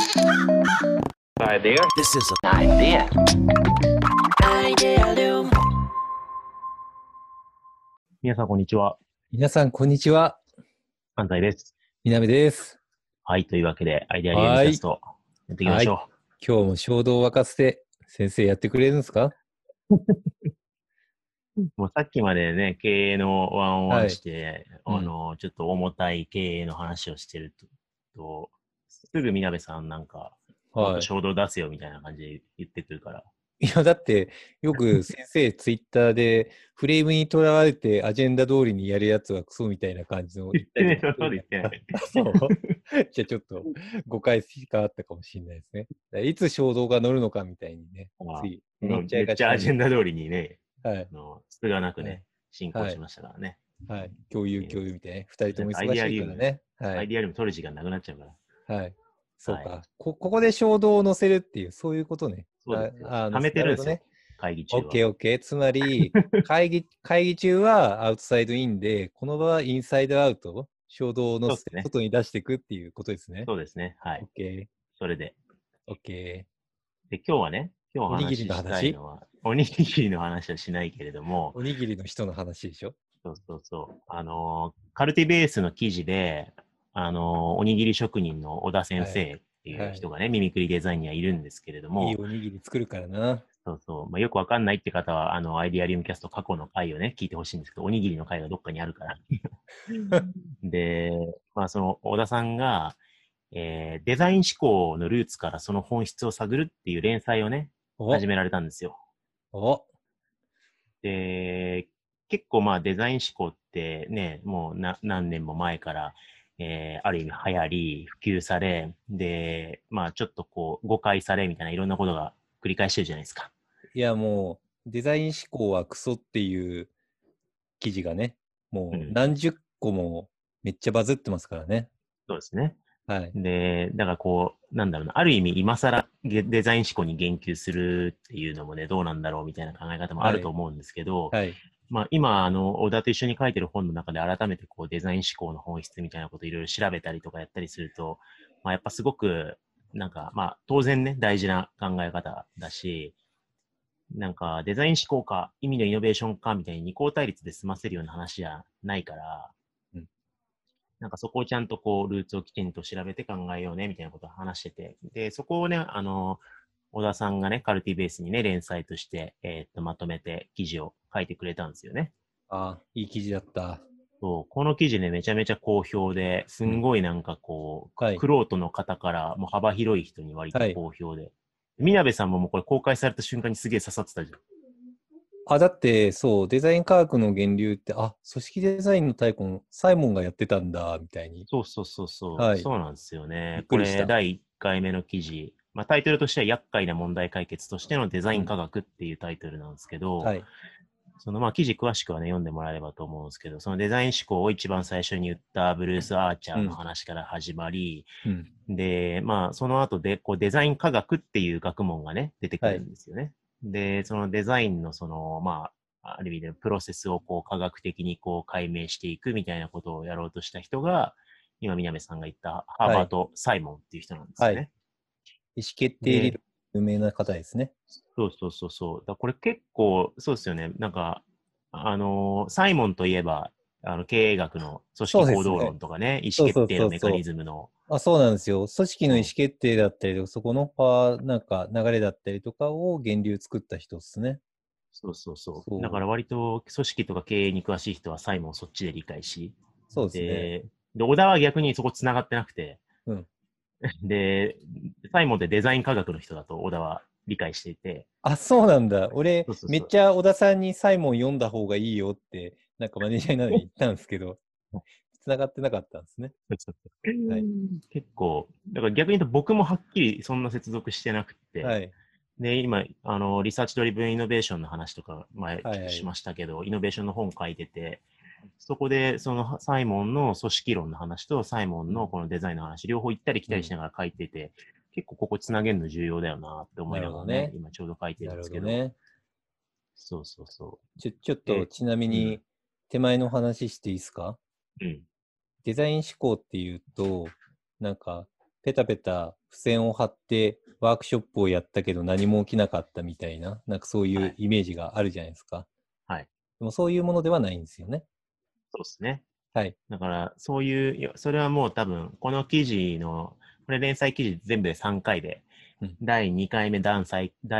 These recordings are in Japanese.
Idea. This is an idea. Idea. 皆さん、こんにちは。 皆さん、こんにちは。 安西です。 みなべです。 はい、というわけで、アイデアリアルキャスト、やっていきましょう。はい、 今日も衝動を沸かせて、先生やってくれるんですか？ もうさっきまでね、経営のワンオンワンして、ちょっと重たい経営の話をしてると、すぐみなべさんなんか、もっと衝動出せよみたいな感じで言ってくるから。 いや、だって、よく先生、ツイッターで、フレームにとらわれて、アジェンダ通りにやるやつはクソみたいな感じの言ってね、そう言ってない。 そう。じゃあちょっと、誤解があったかもしれないですね。いつ衝動が乗るのかみたいにね、つい乗っちゃいがちな。めっちゃアジェンダ通りにね、つつがなくね、進行しましたからね。 はい。共有みたいなね。二人とも忙しいからね。 アイデアリウム取る時間なくなっちゃうから。 はい。そうか。ここで衝動を乗せるっていう、そういうことね。 そうですよ。貯めてるんですよ。会議中は。 OK。つまり、会議中はアウトサイドインで、この場はインサイドアウト、衝動を乗せて外に出していくっていうことですね。 そうですね。はい。 OK。 それで。 OK。 で、今日話したいのは、おにぎりの話はしないけれども、 おにぎりの人の話でしょ？ そう。カルティベースの記事で、おにぎり職人の小田先生っていう人がね、ミミクリデザインにはいるんですけれども、 いいおにぎり作るからな。 まあ、よくわかんないって方は、アイデアリウムキャスト過去の回をね、聞いてほしいんですけど、おにぎりの回がどっかにあるから。で、まあ、その、小田さんが、デザイン思考のルーツからその本質を探るっていう連載をね、始められたんですよ。で、結構まあデザイン思考ってね、もう何年も前から、ある意味流行り、普及され、で、まあちょっとこう誤解されみたいないろんなことが繰り返してるじゃないですか。 いやもう、デザイン思考はクソっていう記事がね、もう何十個もめっちゃバズってますからね。 そうですね。 はい。 で、だからこう、なんだろうな、ある意味今更デザイン思考に言及するっていうのもね、どうなんだろうみたいな考え方もあると思うんですけど、まあ今、小田と一緒に書いてる本の中で改めてこうデザイン思考の本質みたいなことをいろいろ調べたりとかやったりすると、まあやっぱすごく、なんかまあ当然ね、大事な考え方だし、なんかデザイン思考か意味のイノベーションかみたいに二項対立で済ませるような話じゃないから、なんかそこをちゃんとこう、ルーツをきちんと調べて考えようね、みたいなことを話してて。で、そこをね、小田さんがね、カルティベースにね、連載として、まとめて記事を書いてくれたんですよね。 ああ、いい記事だった。 そう、この記事ね、めちゃめちゃ好評で、すんごいなんかこう、玄人の方からもう幅広い人に割と好評で。みなべさんももうこれ公開された瞬間にすげえ刺さってたじゃん。 だって、そう、デザイン科学の源流って、組織デザインの太鼓のサイモンがやってたんだ、みたいに。 そう。そうなんですよね。これ、第1回目の記事。まあ、タイトルとしては、厄介な問題解決としてのデザイン科学っていうタイトルなんですけど、そのまあ記事詳しくはね、読んでもらえればと思うんですけど、そのデザイン思考を一番最初に言ったブルース・アーチャーの話から始まり、で、まあ、その後で、こう、デザイン科学っていう学問がね、出てくるんですよね。で、そのデザインのその、まあ、ある意味でプロセスをこう科学的にこう解明していくみたいなことをやろうとした人が、今、南さんが言ったハーバート・サイモンっていう人なんですよね。 意思決定理論、有名な方ですね。 そう。だこれ結構、そうですよね。なんか、サイモンといえば、経営学の組織行動論とかね、意思決定のメカニズムの。 そうなんですよ。組織の意思決定だったりとか、そこのなんか流れだったりとかを源流作った人ですね。 そう。だから割と組織とか経営に詳しい人はサイモンそっちで理解し。 そうですね。 で、小田は逆にそこ繋がってなくて。で、サイモンってデザイン科学の人だと小田は理解していて。 そうなんだ。俺、めっちゃ小田さんにサイモン読んだ方がいいよって、なんかマネージャーなのに言ったんですけど、繋がってなかったんですね。 結構、だから逆に言うと僕もはっきりそんな接続してなくて、で、今、リサーチドリブンイノベーションの話とか前しましたけど、イノベーションの本書いてて、そこでそのサイモンの組織論の話とサイモンのこのデザインの話、両方行ったり来たりしながら書いてて、結構ここつなげるの重要だよなって思いながらね、今ちょうど書いてるんですけど。そう。 ちょっとちなみに手前の話していいですか？デザイン思考っていうと、なんかペタペタ付箋を貼ってワークショップをやったけど何も起きなかったみたいな、なんかそういうイメージがあるじゃないですか。 はい。 でもそういうものではないんですよね。 そうですね。 はい。 だから、そういう、それはもう多分、この記事の、これ連載記事全部で3回で、第2回目、第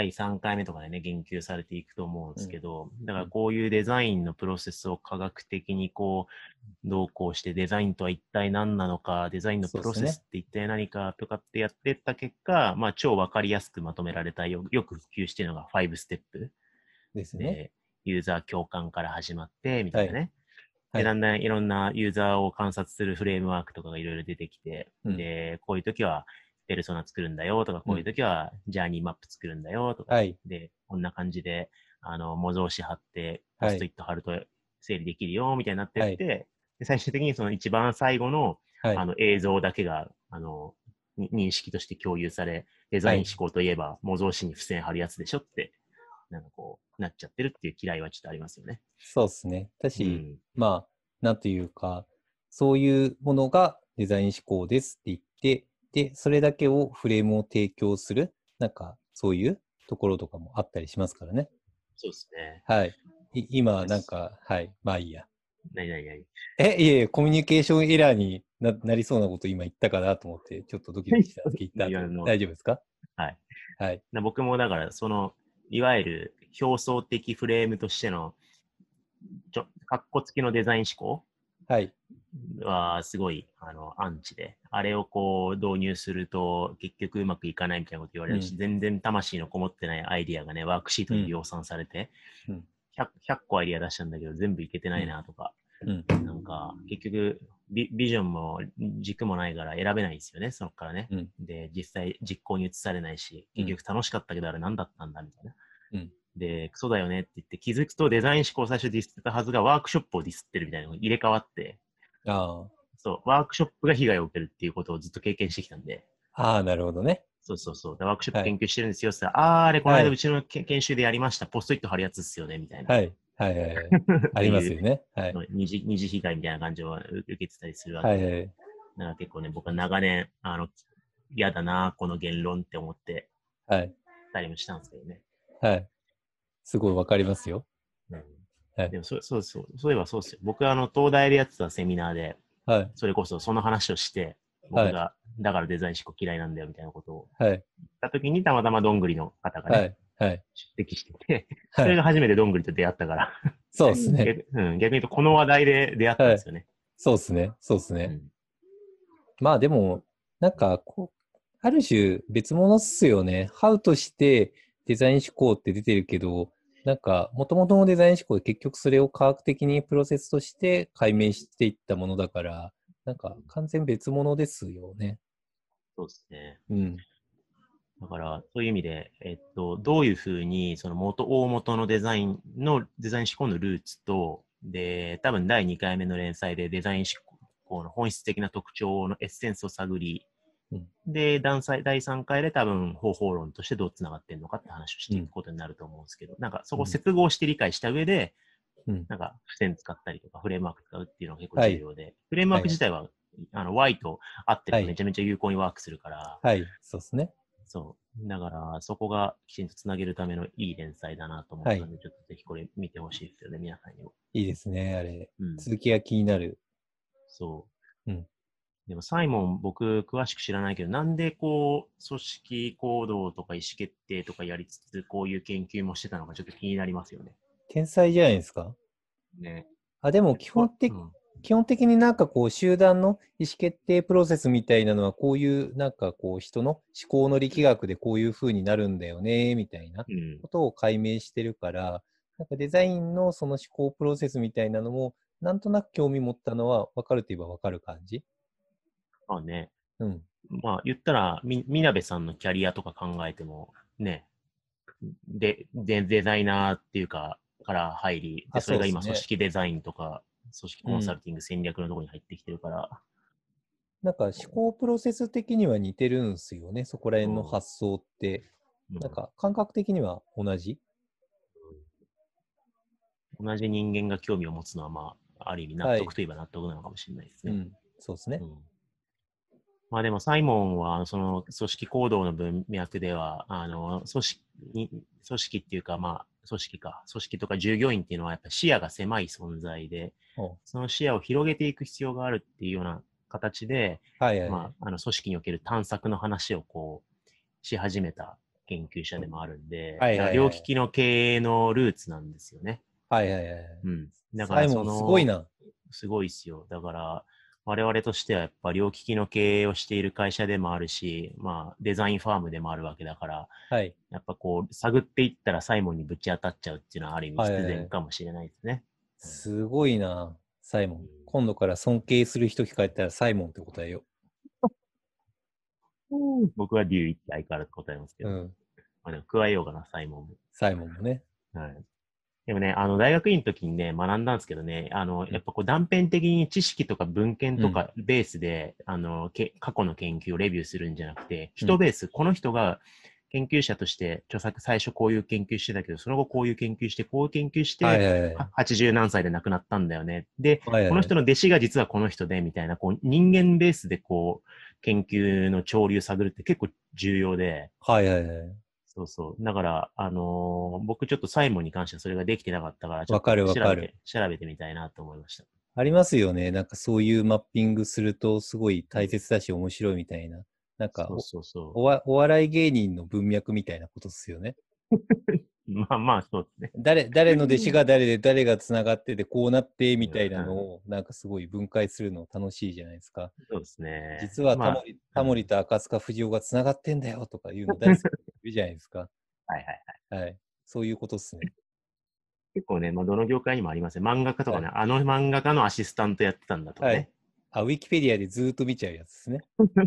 3回目とかでね、言及されていくと思うんですけど、だからこういうデザインのプロセスを科学的にこう、どうこうしてデザインとは一体何なのか、デザインのプロセスって一体何かとかってやってった結果、まあ超わかりやすくまとめられたよく普及しているのが5ステップですね。 で、ユーザー共感から始まって、みたいなね。 はい、 で、だんだんいろんなユーザーを観察するフレームワークとかがいろいろ出てきて、で、こういう時はペルソナ作るんだよとか、こういう時はジャーニーマップ作るんだよとか、で、こんな感じで、模造紙貼って、ポストイット貼ると整理できるよ、みたいになってって、で最終的にその一番最後の、映像だけが、認識として共有され、デザイン思考といえば、模造紙に付箋貼るやつでしょって、なんかこう、なっちゃってるっていう嫌いはちょっとありますよね。 そうですね。まあ、なんというか、そういうものがデザイン思考ですって言って、で、それだけをフレームを提供する、なんか、そういうところとかもあったりしますからね。 そうですね。 はい。今、なんか、はい。まあいいや。 何いえいえ、コミュニケーションエラーになりそうなこと今言ったかなと思って、ちょっとドキドキしたんですけど、大丈夫ですか？ はい。 はい。 僕もだから、いわゆる表層的フレームとしての、カッコ付きのデザイン思考はすごい、アンチで、あれをこう導入すると結局うまくいかないみたいなこと言われるし、全然魂のこもってないアイディアがね、ワークシートに量産されて、100個アイディア出したんだけど全部いけてないなとか、なんか結局ビジョンも軸もないから選べないんですよね、そこからね。で、実際実行に移されないし、結局楽しかったけどあれ何だったんだみたいな。で、クソだよねって言って気づくとデザイン思考を最初ディスってたはずがワークショップをディスってるみたいなのが入れ替わって、そう、ワークショップが被害を受けるっていうことをずっと経験してきたんで。 なるほどね。 そうそうそう。ワークショップ研究してるんですよって言ったら、あれ、この間うちの研修でやりました。ポストイット貼るやつですよね、みたいな。 ありますよね。 二次被害みたいな感じを受けてたりするわけで。なんか結構ね、僕は長年、嫌だな、この言論って思って、たりもしたんですけどね。 すごいわかりますよ。 でもそういえばそうですよ。僕は東大でやってたセミナーで、それこそその話をして、僕が、だからデザイン思考嫌いなんだよみたいなことを言ったときに、たまたまどんぐりの方がね、出席してて、それが初めてどんぐりと出会ったから、 そうですね。 逆に言うと、この話題で出会ったんですよね。 そうですね。そうですね。まあでも、なんかある種別物っすよね。ハウとしてデザイン思考って出てるけど、なんか、もともとのデザイン思考で結局それを科学的にプロセスとして解明していったものだから、なんか完全別物ですよね。 そうですね。だから、そういう意味で、どういうふうに、その大元のデザイン思考のルーツと、で、多分第2回目の連載でデザイン思考の本質的な特徴のエッセンスを探り、で、第3回で多分方法論としてどう繋がってるのかって話をしていくことになると思うんですけど、なんかそこを接合して理解した上で、なんか付箋使ったりとかフレームワーク使うっていうのが結構重要で、フレームワーク自体は、Y と合ってるとめちゃめちゃ有効にワークするから、 そうですね。 そう。だから、そこがきちんとつなげるためのいい連載だなと思ったので、ちょっとぜひこれ見てほしいですよね、皆さんにも。 いいですね、あれ。続きが気になる。 そう。でも、サイモン、僕、詳しく知らないけど、なんでこう、組織行動とか意思決定とかやりつつ、こういう研究もしてたのか、ちょっと気になりますよね。 天才じゃないですか。 ね。 でも基本的になんかこう集団の意思決定プロセスみたいなのはこういうなんかこう人の思考の力学でこういう風になるんだよねみたいなことを解明してるから、なんかデザインのその思考プロセスみたいなのもなんとなく興味持ったのは分かるといえば分かる感じ。 まあね。まあ言ったら、みなべさんのキャリアとか考えても、ね。デザイナーっていうか、から入り、で、それが今組織デザインとか、組織コンサルティング戦略のところに入ってきてるから。 なんか思考プロセス的には似てるんですよね、そこら辺の発想って。なんか感覚的には同じ。 同じ人間が興味を持つのは、まあ、ある意味納得といえば納得なのかもしれないですね。 そうですね。 まあでもサイモンはその組織行動の文脈では、組織っていうかまあ組織とか従業員っていうのはやっぱ視野が狭い存在で、その視野を広げていく必要があるっていうような形で、まあ組織における探索の話をこうし始めた研究者でもあるんで、両利きの経営のルーツなんですよね。 はいはいはい。 うん。だからサイモンすごいな。 すごいっすよ。だから、我々としてはやっぱ両利きの経営をしている会社でもあるし、まあデザインファームでもあるわけだから、 はい、 やっぱこう探っていったらサイモンにぶち当たっちゃうっていうのはある意味必然かもしれないですね。 すごいな、サイモン。今度から尊敬する人聞かれたらサイモンって答えよう。僕はデューイって相変わらず答えますけど。まあ、でも加えようかな、サイモンも。 サイモンもね。 はい。でもね、大学院の時にね、学んだんですけどね、やっぱこう断片的に知識とか文献とかベースで、過去の研究をレビューするんじゃなくて、人ベース、この人が研究者として著作、最初こういう研究してたけど、その後こういう研究して、こういう研究して、80何歳で亡くなったんだよね。で、この人の弟子が実はこの人で、みたいな、こう、人間ベースでこう、研究の潮流を探るって結構重要で、そうそう。だから、僕ちょっとサイモンに関してはそれができてなかったから、ちょっと調べてみたいなと思いました。 ありますよね。なんかそういうマッピングするとすごい大切だし面白いみたいな。なんかお笑い芸人の文脈みたいなことですよね。 まあまあそうですね。 誰の弟子が誰で誰がつながっててこうなってみたいなのをなんかすごい分解するの楽しいじゃないですか。 そうですね。 実はタモリと赤塚不二夫がつながってんだよとかいうの大好きいるじゃないですか。そういうことですね。 結構ね、まあ、どの業界にもありますね。漫画家とかね、漫画家のアシスタントやってたんだとかね。 ウィキペディアでずっと見ちゃうやつですね。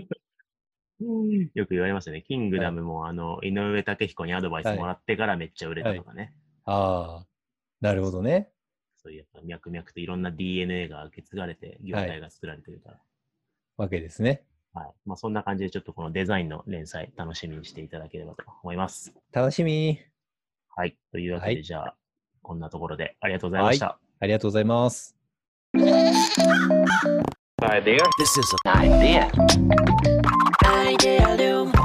よく言われますよね。キングダムも、井上武彦にアドバイスもらってからめっちゃ売れたとかね。 ああ、なるほどね。 そういうやっぱ脈々といろんな DNA が受け継がれて、業界が作られてるから。 わけですね。 はい。まあそんな感じでちょっとこのデザインの連載楽しみにしていただければと思います。 楽しみ。 はい。というわけで、じゃあ、こんなところでありがとうございました。 ありがとうございます。 Idea. This is an idea. Idea.